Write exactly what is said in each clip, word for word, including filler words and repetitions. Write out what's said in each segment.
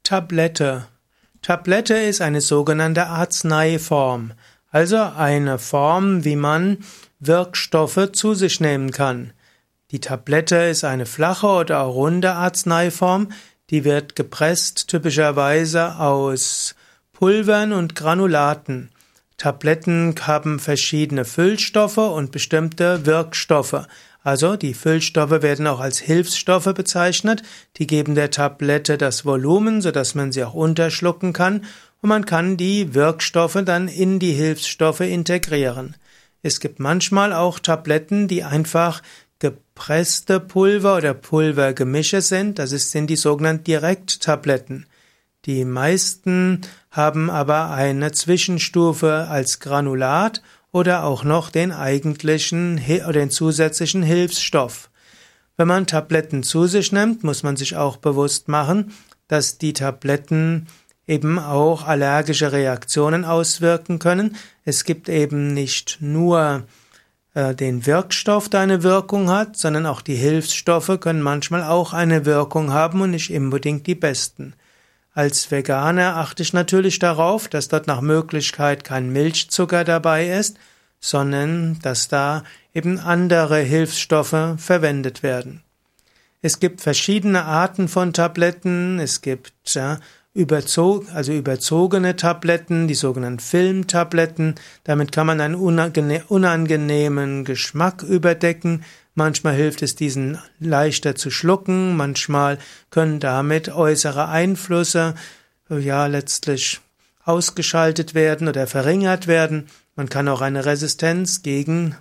Tablette. Tablette ist eine sogenannte Arzneiform, also eine Form, wie man Wirkstoffe zu sich nehmen kann. Die Tablette ist eine flache oder auch runde Arzneiform, die wird gepresst typischerweise aus Pulvern und Granulaten. Tabletten haben verschiedene Füllstoffe und bestimmte Wirkstoffe. Also die Füllstoffe werden auch als Hilfsstoffe bezeichnet. Die geben der Tablette das Volumen, sodass man sie auch unterschlucken kann. Und man kann die Wirkstoffe dann in die Hilfsstoffe integrieren. Es gibt manchmal auch Tabletten, die einfach gepresste Pulver oder Pulvergemische sind. Das sind die sogenannten Direkttabletten. Die meisten haben aber eine Zwischenstufe als Granulat oder auch noch den eigentlichen oder den zusätzlichen Hilfsstoff. Wenn man Tabletten zu sich nimmt, muss man sich auch bewusst machen, dass die Tabletten eben auch allergische Reaktionen auswirken können. Es gibt eben nicht nur äh, den Wirkstoff, der eine Wirkung hat, sondern auch die Hilfsstoffe können manchmal auch eine Wirkung haben und nicht unbedingt die besten. Als Veganer achte ich natürlich darauf, dass dort nach Möglichkeit kein Milchzucker dabei ist, sondern dass da eben andere Hilfsstoffe verwendet werden. Es gibt verschiedene Arten von Tabletten. Es gibt ja, überzog, also überzogene Tabletten, die sogenannten Filmtabletten. Damit kann man einen unangenehmen Geschmack überdecken. Manchmal hilft es, diesen leichter zu schlucken. Manchmal können damit äußere Einflüsse ja letztlich ausgeschaltet werden oder verringert werden. Man kann auch eine Resistenz gegen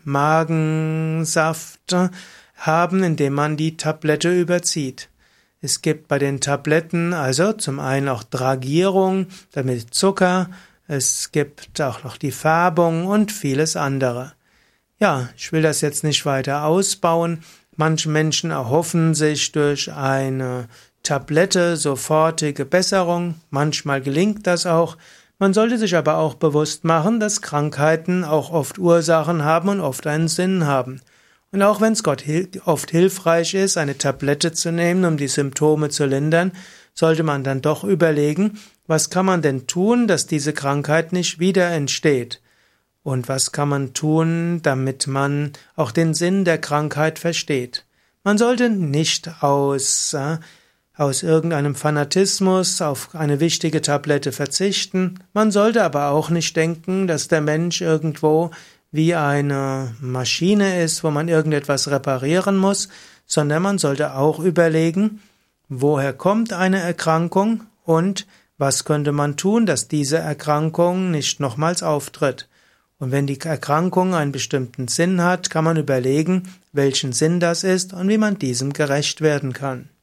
Magensaft haben, indem man die Tablette überzieht. Es gibt bei den Tabletten also zum einen auch Dragierung, damit Zucker, es gibt auch noch die Färbung und vieles andere. Ja, ich will das jetzt nicht weiter ausbauen. Manche Menschen erhoffen sich durch eine Tablette sofortige Besserung. Manchmal gelingt das auch. Man sollte sich aber auch bewusst machen, dass Krankheiten auch oft Ursachen haben und oft einen Sinn haben. Und auch wenn es Gott oft hilfreich ist, eine Tablette zu nehmen, um die Symptome zu lindern, sollte man dann doch überlegen, was kann man denn tun, dass diese Krankheit nicht wieder entsteht? Und was kann man tun, damit man auch den Sinn der Krankheit versteht? Man sollte nicht aus, äh, aus irgendeinem Fanatismus auf eine wichtige Tablette verzichten. Man sollte aber auch nicht denken, dass der Mensch irgendwo wie eine Maschine ist, wo man irgendetwas reparieren muss, sondern man sollte auch überlegen, woher kommt eine Erkrankung und was könnte man tun, dass diese Erkrankung nicht nochmals auftritt. Und wenn die Erkrankung einen bestimmten Sinn hat, kann man überlegen, welchen Sinn das ist und wie man diesem gerecht werden kann.